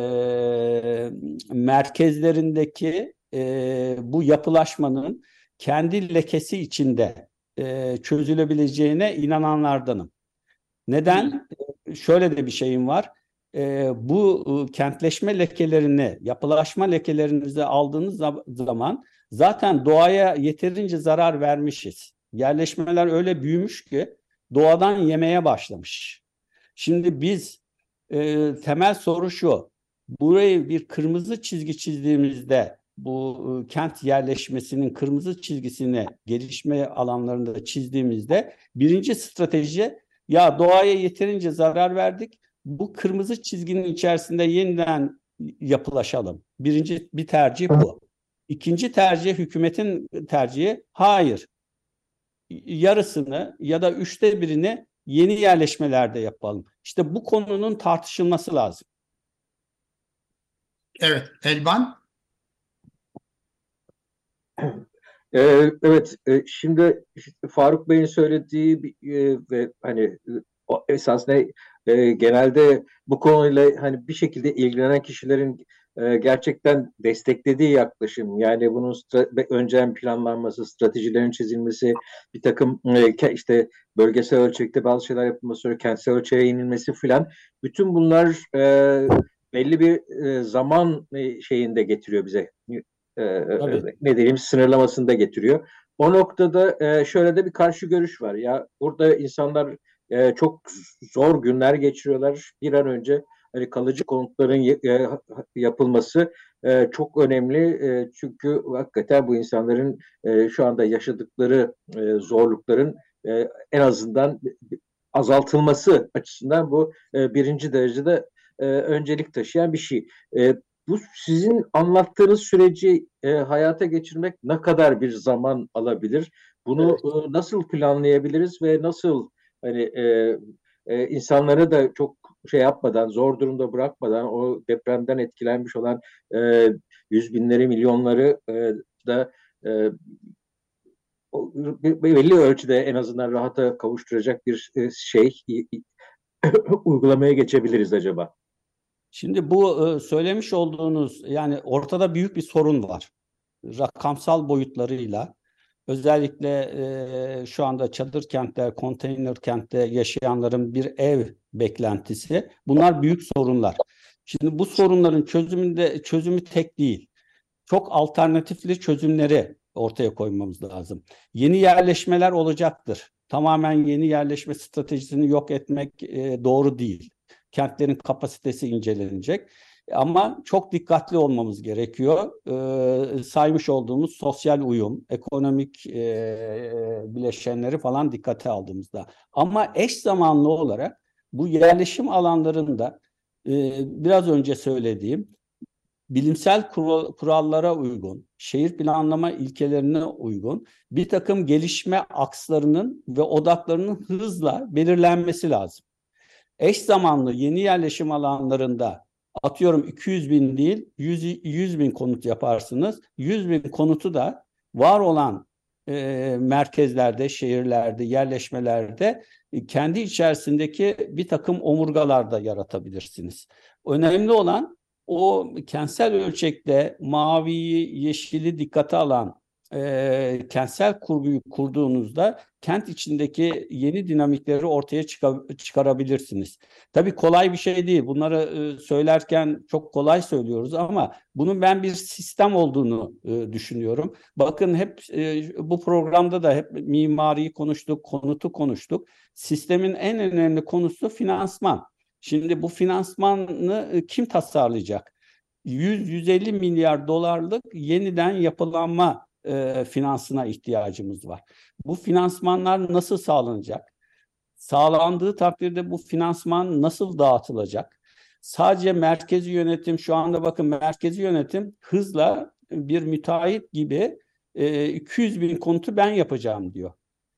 merkezlerindeki e, bu yapılaşmanın kendi lekesi içinde e, çözülebileceğine inananlardanım. Neden? E, Şöyle de bir şeyim var. E, bu e, kentleşme lekelerini, yapılaşma lekelerinizi aldığınız zaman zaten doğaya yeterince zarar vermişiz. Yerleşmeler öyle büyümüş ki doğadan yemeye başlamış. Şimdi biz e, temel soru şu. Burayı bir kırmızı çizgi çizdiğimizde bu e, kent yerleşmesinin kırmızı çizgisini gelişme alanlarında çizdiğimizde birinci strateji ya doğaya yeterince zarar verdik. Bu kırmızı çizginin içerisinde yeniden yapılaşalım. Birinci bir tercih bu. İkinci tercih hükümetin tercihi hayır. Yarısını ya da üçte birini yeni yerleşmelerde yapalım. İşte bu konunun tartışılması lazım. Evet, Elvan. Ee, evet, e, şimdi Faruk Bey'in söylediği e, ve hani e, o esasında e, genelde bu konuyla hani bir şekilde ilgilenen kişilerin e, gerçekten desteklediği yaklaşım. Yani bunun stra- önceden planlanması, stratejilerin çizilmesi, bir takım e, işte bölgesel ölçekte bazı şeyler yapılması, sonra kentsel ölçeğe inilmesi filan. Bütün bunlar e, belli bir e, zaman e, şeyinde getiriyor bize. Tabii. Ne diyeyim sınırlamasında getiriyor. O noktada e, şöyle de bir karşı görüş var. Ya burada insanlar e, çok zor günler geçiriyorlar. Bir an önce hani kalıcı konutların e, yapılması e, çok önemli. E, çünkü hakikaten bu insanların e, şu anda yaşadıkları e, zorlukların e, en azından azaltılması açısından bu e, birinci derecede e, öncelik taşıyan bir şey. E, Bu sizin anlattığınız süreci e, hayata geçirmek ne kadar bir zaman alabilir? Bunu e, nasıl planlayabiliriz ve nasıl hani e, e, insanları da çok şey yapmadan, zor durumda bırakmadan o depremden etkilenmiş olan e, yüz binleri, milyonları e, da e, o, belli ölçüde en azından rahata kavuşturacak bir e, şey uygulamaya geçebiliriz acaba? Şimdi bu e, söylemiş olduğunuz yani ortada büyük bir sorun var. Rakamsal boyutlarıyla özellikle e, şu anda çadır kentler, konteyner kentte yaşayanların bir ev beklentisi. Bunlar büyük sorunlar. Şimdi bu sorunların çözümünde çözümü tek değil. Çok alternatifli çözümleri ortaya koymamız lazım. Yeni yerleşmeler olacaktır. Tamamen yeni yerleşme stratejisini yok etmek e, doğru değil. Kentlerin kapasitesi incelenecek. Ama çok dikkatli olmamız gerekiyor. Ee, saymış olduğumuz sosyal uyum, ekonomik e, bileşenleri falan dikkate aldığımızda. Ama eş zamanlı olarak bu yerleşim alanlarında e, biraz önce söylediğim bilimsel kurallara uygun, şehir planlama ilkelerine uygun bir takım gelişme akslarının ve odaklarının hızla belirlenmesi lazım. Eş zamanlı yeni yerleşim alanlarında atıyorum iki yüz bin değil yüz bin konut yaparsınız. yüz bin konutu da var olan e, merkezlerde, şehirlerde, yerleşmelerde e, kendi içerisindeki bir takım omurgalarda yaratabilirsiniz. Önemli olan o kentsel ölçekte maviyi, yeşili dikkate alan e, kentsel kurguyu kurduğunuzda kent içindeki yeni dinamikleri ortaya çıka- çıkarabilirsiniz. Tabii kolay bir şey değil. Bunları e, söylerken çok kolay söylüyoruz ama bunun ben bir sistem olduğunu e, düşünüyorum. Bakın hep e, bu programda da hep mimariyi konuştuk, konutu konuştuk. Sistemin en önemli konusu finansman. Şimdi bu finansmanı e, kim tasarlayacak? yüz yüz elli milyar dolarlık yeniden yapılanma e, finansına ihtiyacımız var. Bu finansmanlar nasıl sağlanacak? Sağlandığı takdirde bu finansman nasıl dağıtılacak? Sadece merkezi yönetim, şu anda bakın merkezi yönetim hızla bir müteahhit gibi e, iki yüz bin konutu ben yapacağım diyor.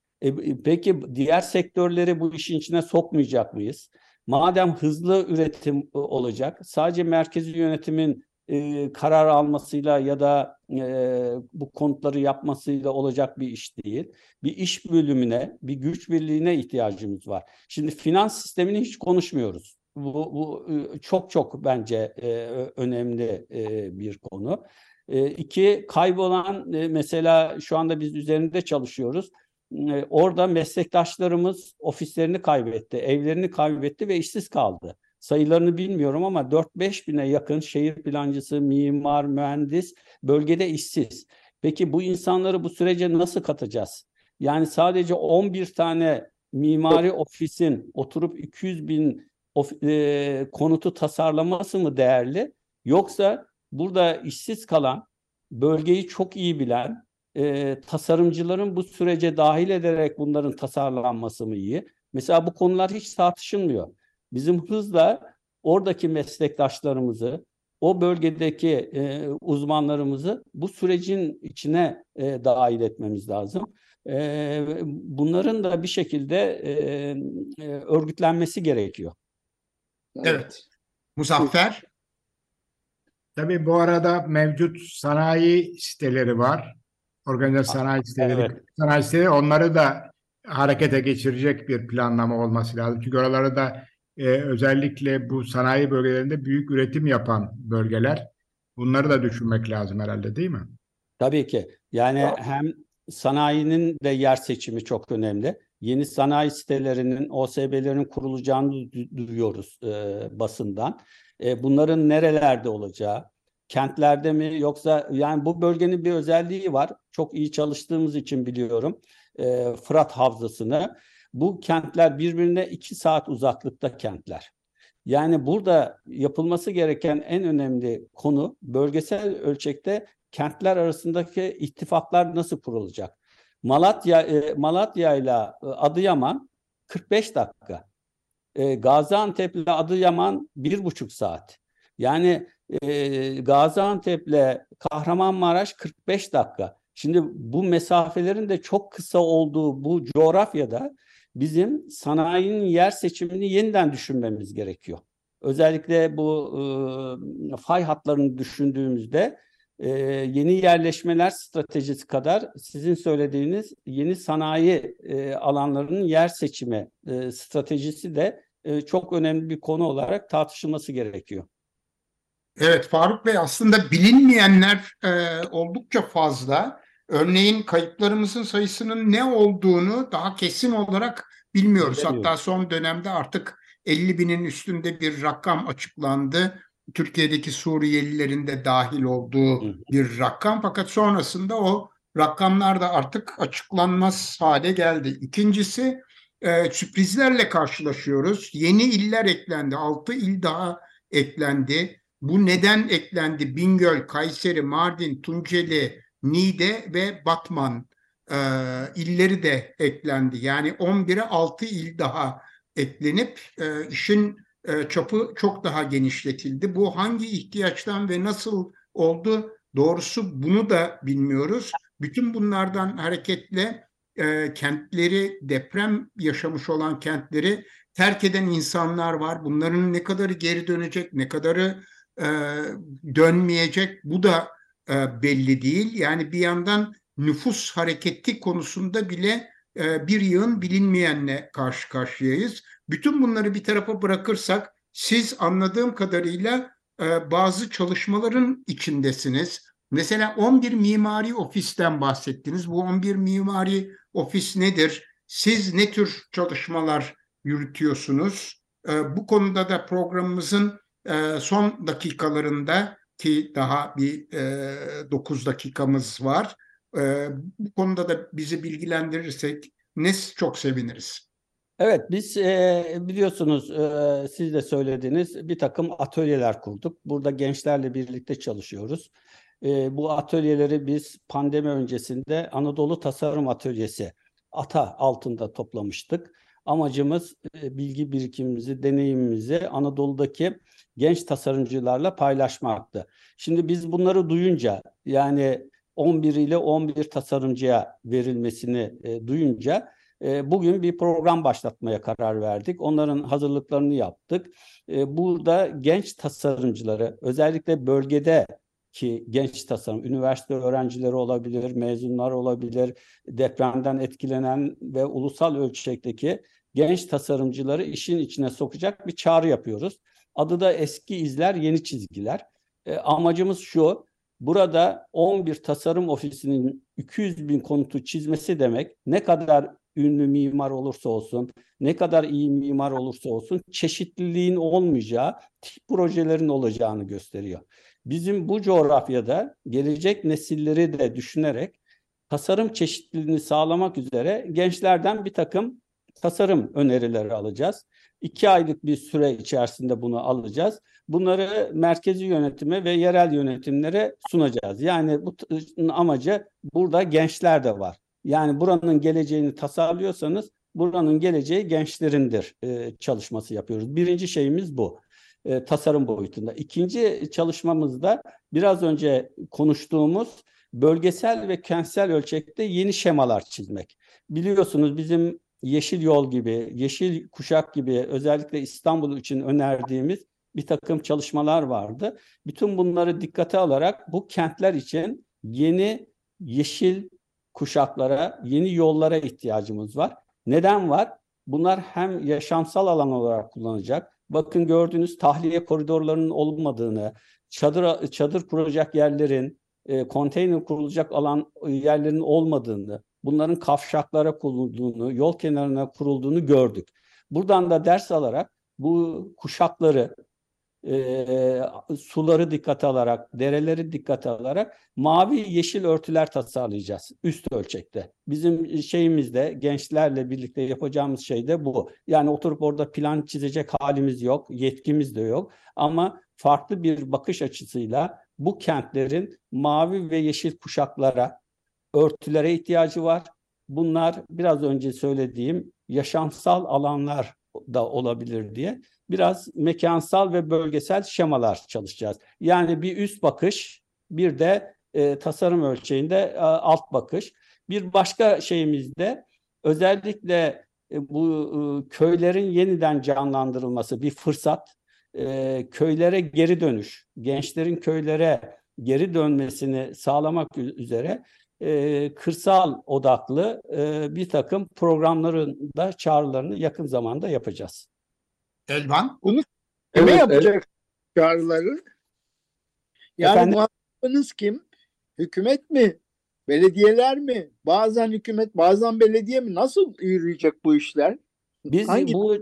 E, peki diğer sektörleri bu işin içine sokmayacak mıyız? Madem hızlı üretim e, olacak, sadece merkezi yönetimin e, karar almasıyla ya da e, bu konutları yapmasıyla olacak bir iş değil. Bir iş bölümüne, bir güç birliğine ihtiyacımız var. Şimdi finans sistemini hiç konuşmuyoruz. Bu, bu e, çok çok bence e, önemli e, bir konu. E, iki, kaybolan e, mesela şu anda biz üzerinde çalışıyoruz. E, orada meslektaşlarımız ofislerini kaybetti, evlerini kaybetti ve işsiz kaldı. Sayılarını bilmiyorum ama dört beş bine yakın şehir plancısı, mimar, mühendis bölgede işsiz. Peki bu insanları bu sürece nasıl katacağız? Yani sadece on bir tane mimari ofisin oturup iki yüz bin of, e, konutu tasarlaması mı değerli? Yoksa burada işsiz kalan, bölgeyi çok iyi bilen, e, tasarımcıların bu sürece dahil ederek bunların tasarlanması mı iyi? Mesela bu konular hiç tartışılmıyor. Bizim hızla oradaki meslektaşlarımızı, o bölgedeki e, uzmanlarımızı bu sürecin içine e, dahil etmemiz lazım. E, bunların da bir şekilde e, e, örgütlenmesi gerekiyor. Evet. Muzaffer? Tabii bu arada mevcut sanayi siteleri var. Organize sanayi siteleri, Evet. sanayi siteleri onları da harekete geçirecek bir planlama olması lazım. Çünkü oraları da e, özellikle bu sanayi bölgelerinde büyük üretim yapan bölgeler. Bunları da düşünmek lazım herhalde, değil mi? Tabii ki. Yani hem sanayinin de yer seçimi çok önemli. Yeni sanayi sitelerinin, O S B'lerin kurulacağını du- duyuyoruz e, basından. E, bunların nerelerde olacağı, kentlerde mi yoksa yani bu bölgenin bir özelliği var. Çok iyi çalıştığımız için biliyorum. E, Fırat Havzası'nı. Bu kentler birbirine iki saat uzaklıkta kentler. Yani burada yapılması gereken en önemli konu bölgesel ölçekte kentler arasındaki ittifaklar nasıl kurulacak? Malatya e, Malatya ile e, Adıyaman kırk beş dakika. E, Gaziantep ile Adıyaman bir buçuk saat. Yani e, Gaziantep ile Kahramanmaraş kırk beş dakika. Şimdi bu mesafelerin de çok kısa olduğu bu coğrafyada bizim sanayinin yer seçimini yeniden düşünmemiz gerekiyor. Özellikle bu e, fay hatlarını düşündüğümüzde e, yeni yerleşmeler stratejisi kadar sizin söylediğiniz yeni sanayi e, alanlarının yer seçimi e, stratejisi de e, çok önemli bir konu olarak tartışılması gerekiyor. Evet Faruk Bey, aslında bilinmeyenler e, oldukça fazla. Örneğin kayıplarımızın sayısının ne olduğunu daha kesin olarak bilmiyoruz. Bilemiyorum. Hatta son dönemde artık elli binin üstünde bir rakam açıklandı. Türkiye'deki Suriyelilerin de dahil olduğu Hı. bir rakam. Fakat sonrasında o rakamlar da artık açıklanmaz hale geldi. İkincisi, e, sürprizlerle karşılaşıyoruz. Yeni iller eklendi. Altı il daha eklendi. Bu neden eklendi? Bingöl, Kayseri, Mardin, Tunceli, Niğde ve Batman e, illeri de eklendi. Yani on bire altı il daha eklenip e, işin e, çapı çok daha genişletildi. Bu hangi ihtiyaçtan ve nasıl oldu? Doğrusu bunu da bilmiyoruz. Bütün bunlardan hareketle e, kentleri, deprem yaşamış olan kentleri terk eden insanlar var. Bunların ne kadarı geri dönecek, ne kadarı e, dönmeyecek, bu da e, belli değil. Yani bir yandan nüfus hareketi konusunda bile e, bir yığın bilinmeyenle karşı karşıyayız. Bütün bunları bir tarafa bırakırsak, siz anladığım kadarıyla e, bazı çalışmaların içindesiniz. Mesela on bir mimari ofisten bahsettiniz. Bu on bir mimari ofis nedir? Siz ne tür çalışmalar yürütüyorsunuz? E, bu konuda da programımızın e, son dakikalarında, ki daha bir e, dokuz dakikamız var. E, bu konuda da bizi bilgilendirirsek ne çok seviniriz. Evet, biz e, biliyorsunuz e, siz de söylediniz, bir takım atölyeler kurduk. Burada gençlerle birlikte çalışıyoruz. E, bu atölyeleri biz pandemi öncesinde Anadolu Tasarım Atölyesi ATA altında toplamıştık. Amacımız e, bilgi birikimimizi, deneyimimizi Anadolu'daki genç tasarımcılarla paylaşmaktı. Şimdi biz bunları duyunca, yani on bir ile on bir tasarımcıya verilmesini e, duyunca bugün bir program başlatmaya karar verdik. Onların hazırlıklarını yaptık. Burada genç tasarımcıları, özellikle bölgedeki genç tasarım, üniversite öğrencileri olabilir, mezunlar olabilir, depremden etkilenen ve ulusal ölçekteki genç tasarımcıları işin içine sokacak bir çağrı yapıyoruz. Adı da Eski İzler, Yeni Çizgiler. Amacımız şu: burada on bir tasarım ofisinin iki yüz bin konutu çizmesi demek, ne kadar ünlü mimar olursa olsun, ne kadar iyi mimar olursa olsun çeşitliliğin olmayacağı, tip projelerin olacağını gösteriyor. Bizim bu coğrafyada gelecek nesilleri de düşünerek tasarım çeşitliliğini sağlamak üzere gençlerden bir takım tasarım önerileri alacağız. İki aylık bir süre içerisinde bunu alacağız. Bunları merkezi yönetime ve yerel yönetimlere sunacağız. Yani bu amacı, burada gençler de var. Yani buranın geleceğini tasarlıyorsanız buranın geleceği gençlerindir e, çalışması yapıyoruz. Birinci şeyimiz bu, e, tasarım boyutunda. İkinci çalışmamızda biraz önce konuştuğumuz bölgesel ve kentsel ölçekte yeni şemalar çizmek. Biliyorsunuz bizim Yeşil Yol gibi, Yeşil Kuşak gibi özellikle İstanbul için önerdiğimiz bir takım çalışmalar vardı. Bütün bunları dikkate alarak bu kentler için yeni yeşil kuşaklara, yeni yollara ihtiyacımız var. Neden var? Bunlar hem yaşamsal alan olarak kullanacak. Bakın, gördüğünüz tahliye koridorlarının olmadığını, çadır çadır kuracak yerlerin, e, konteyner kurulacak alan yerlerin olmadığını, bunların kavşaklara kurulduğunu, yol kenarına kurulduğunu gördük. Buradan da ders alarak bu kuşakları, E, suları dikkate alarak, dereleri dikkate alarak mavi yeşil örtüler tasarlayacağız üst ölçekte. Bizim şeyimizde, gençlerle birlikte yapacağımız şey de bu. Yani oturup orada plan çizecek halimiz yok, yetkimiz de yok. Ama farklı bir bakış açısıyla bu kentlerin mavi ve yeşil kuşaklara, örtülere ihtiyacı var. Bunlar biraz önce söylediğim yaşamsal alanlar da olabilir diye biraz mekansal ve bölgesel şemalar çalışacağız. Yani bir üst bakış, bir de e, tasarım ölçeğinde e, alt bakış. Bir başka şeyimiz de özellikle e, bu e, köylerin yeniden canlandırılması bir fırsat. E, köylere geri dönüş, gençlerin köylere geri dönmesini sağlamak üzere e, kırsal odaklı e, bir takım programların da çağrılarını yakın zamanda yapacağız. Elvan? Bunu kime Evet, yapacak çağrıları? Yani Efendim? muhatabınız kim? Hükümet mi? Belediyeler mi? Bazen hükümet, bazen belediye mi? Nasıl yürüyecek bu işler? Biz Hangi? bu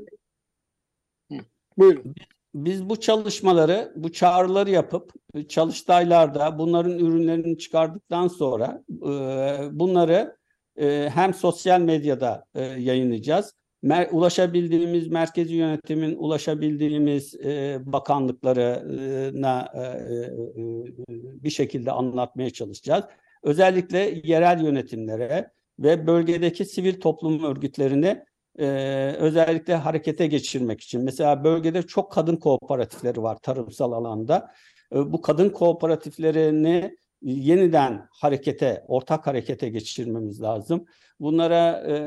Buyurun. Biz bu çalışmaları, bu çağrıları yapıp çalıştaylarda bunların ürünlerini çıkardıktan sonra e, bunları e, hem sosyal medyada e, yayınlayacağız. Mer- ulaşabildiğimiz, merkezi yönetimin ulaşabildiğimiz e, bakanlıklarına e, e, bir şekilde anlatmaya çalışacağız. Özellikle yerel yönetimlere ve bölgedeki sivil toplum örgütlerini Ee, özellikle harekete geçirmek için. Mesela bölgede çok kadın kooperatifleri var tarımsal alanda. Ee, bu kadın kooperatiflerini yeniden harekete, ortak harekete geçirmemiz lazım. Bunlara e,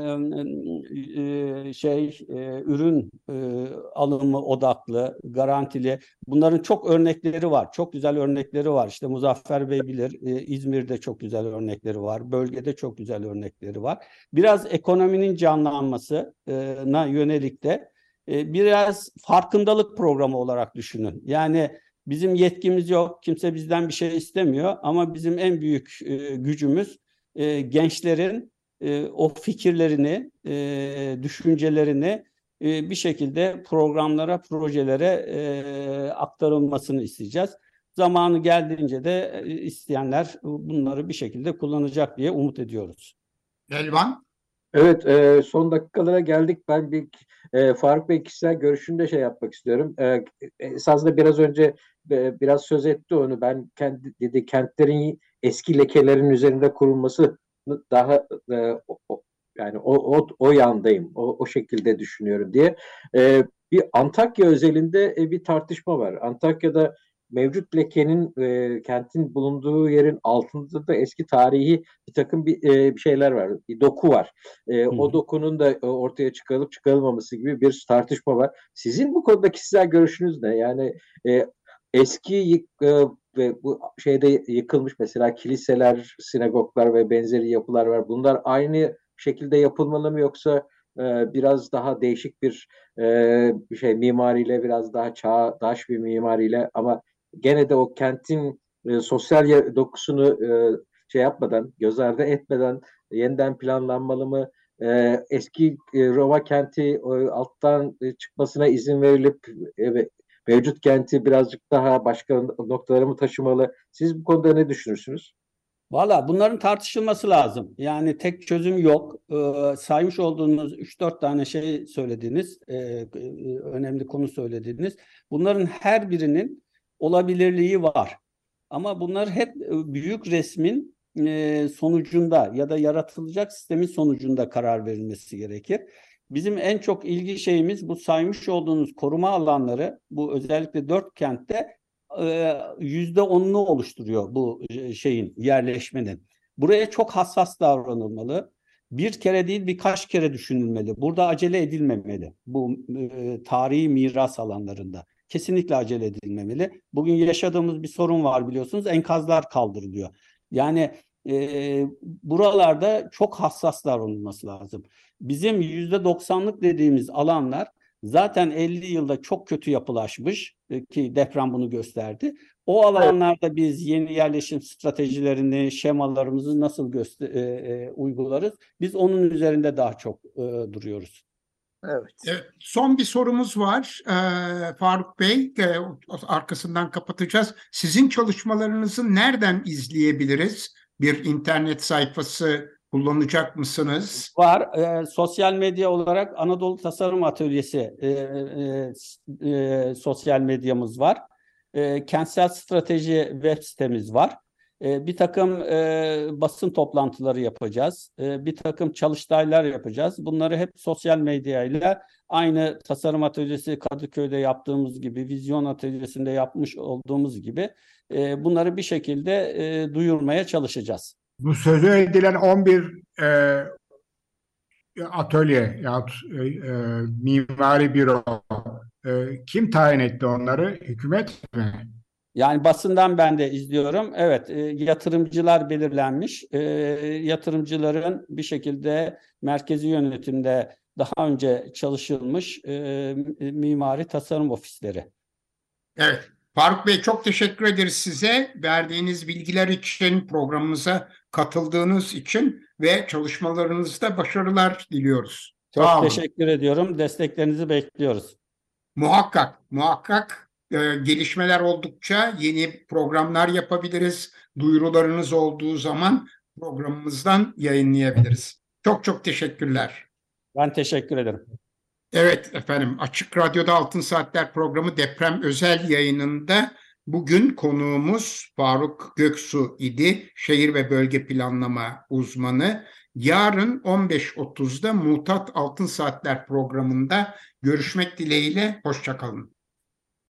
e, şey e, ürün e, alımı odaklı, garantili. Bunların çok örnekleri var. Çok güzel örnekleri var. İşte Muzaffer Bey bilir. E, İzmir'de çok güzel örnekleri var. Bölgede çok güzel örnekleri var. Biraz ekonominin canlanmasına yönelik de e, biraz farkındalık programı olarak düşünün. Yani Bizim yetkimiz yok, kimse bizden bir şey istemiyor ama bizim en büyük e, gücümüz e, gençlerin e, o fikirlerini, e, düşüncelerini e, bir şekilde programlara, projelere e, aktarılmasını isteyeceğiz. Zamanı geldiğince de e, isteyenler bunları bir şekilde kullanacak diye umut ediyoruz. Elvan? Evet, e, son dakikalara geldik. Ben bir e, Faruk Bey kişisel görüşünü de şey yapmak istiyorum. E, esasında biraz önce e, biraz söz etti onu. Ben kendi dedi kentlerin eski lekelerin üzerinde kurulması daha e, o, o- yani o, o o yandayım. O, o şekilde düşünüyorum diye. E, bir Antakya özelinde e, bir tartışma var. Antakya'da mevcut lekenin e, kentin bulunduğu yerin altında da eski tarihi bir takım bir, e, bir şeyler var. Bir doku var. E, Hı o hı. dokunun da e, ortaya çıkarılıp çıkarılmaması gibi bir tartışma var. Sizin bu konuda kişisel görüşünüz ne? Yani e, eski yık, e, ve bu şeyde yıkılmış mesela kiliseler, sinagoglar ve benzeri yapılar var. Bunlar aynı şekilde yapılmalı mı yoksa e, biraz daha değişik bir e, bir şey mimariyle biraz daha çağdaş bir mimariyle ama gene de o kentin e, sosyal yer- dokusunu e, şey yapmadan, göz ardı etmeden yeniden planlanmalı mı? E, eski e, Roma kenti e, alttan e, çıkmasına izin verilip e, mevcut kenti birazcık daha başka noktalara mı taşımalı? Siz bu konuda ne düşünürsünüz? Valla bunların tartışılması lazım. Yani tek çözüm yok. Ee, saymış olduğunuz üç dört tane şey söylediniz, e, e, önemli konu söylediniz. Bunların her birinin olabilirliği var. Ama bunlar hep e, büyük resmin e, sonucunda ya da yaratılacak sistemin sonucunda karar verilmesi gerekir. Bizim en çok ilgi şeyimiz bu saymış olduğunuz koruma alanları, bu özellikle dört kentte yüzde onunu oluşturuyor bu şeyin, yerleşmenin. Buraya çok hassas davranılmalı. Bir kere değil birkaç kere düşünülmeli. Burada acele edilmemeli. Bu e, tarihi miras alanlarında. Kesinlikle acele edilmemeli. Bugün yaşadığımız bir sorun var biliyorsunuz. Enkazlar kaldırılıyor. Yani e, buralarda çok hassas davranılması lazım. Bizim yüzde doksanlık dediğimiz alanlar zaten elli yılda çok kötü yapılaşmış ki deprem bunu gösterdi. O alanlarda biz yeni yerleşim stratejilerini, şemalarımızı nasıl göster e, e, uygularız? Biz onun üzerinde daha çok e, duruyoruz. Evet. Evet, son bir sorumuz var Ee, Faruk Bey. Ee, arkasından kapatacağız. Sizin çalışmalarınızı nereden izleyebiliriz? Bir internet sayfası kullanacak mısınız? Var. E, sosyal medya olarak Anadolu Tasarım Atölyesi e, e, e, sosyal medyamız var. E, Kentsel Strateji web sitemiz var. E, bir takım e, basın toplantıları yapacağız. E, bir takım çalıştaylar yapacağız. Bunları hep sosyal medyayla aynı Tasarım Atölyesi Kadıköy'de yaptığımız gibi, Vizyon Atölyesi'nde yapmış olduğumuz gibi e, bunları bir şekilde e, duyurmaya çalışacağız. Bu sözü edilen on bir e, atölye yahut e, e, mimari büro e, kim tayin etti onları? Hükümet mi? Yani basından ben de izliyorum. Evet, e, yatırımcılar belirlenmiş. E, yatırımcıların bir şekilde merkezi yönetimde daha önce çalışılmış e, mimari tasarım ofisleri. Evet. Faruk Bey çok teşekkür ederiz size. Verdiğiniz bilgiler için, programımıza katıldığınız için ve çalışmalarınızda başarılar diliyoruz. Çok Sağ olun. teşekkür ediyorum. Desteklerinizi bekliyoruz. Muhakkak, muhakkak e, gelişmeler oldukça yeni programlar yapabiliriz. Duyurularınız olduğu zaman programımızdan yayınlayabiliriz. Çok çok teşekkürler. Ben teşekkür ederim. Evet efendim, Açık Radyo'da Altın Saatler programı deprem özel yayınında bugün konuğumuz Faruk Göksu idi. Şehir ve bölge planlama uzmanı. Yarın on beş otuzda Mutat Altın Saatler programında görüşmek dileğiyle. Hoşça kalın.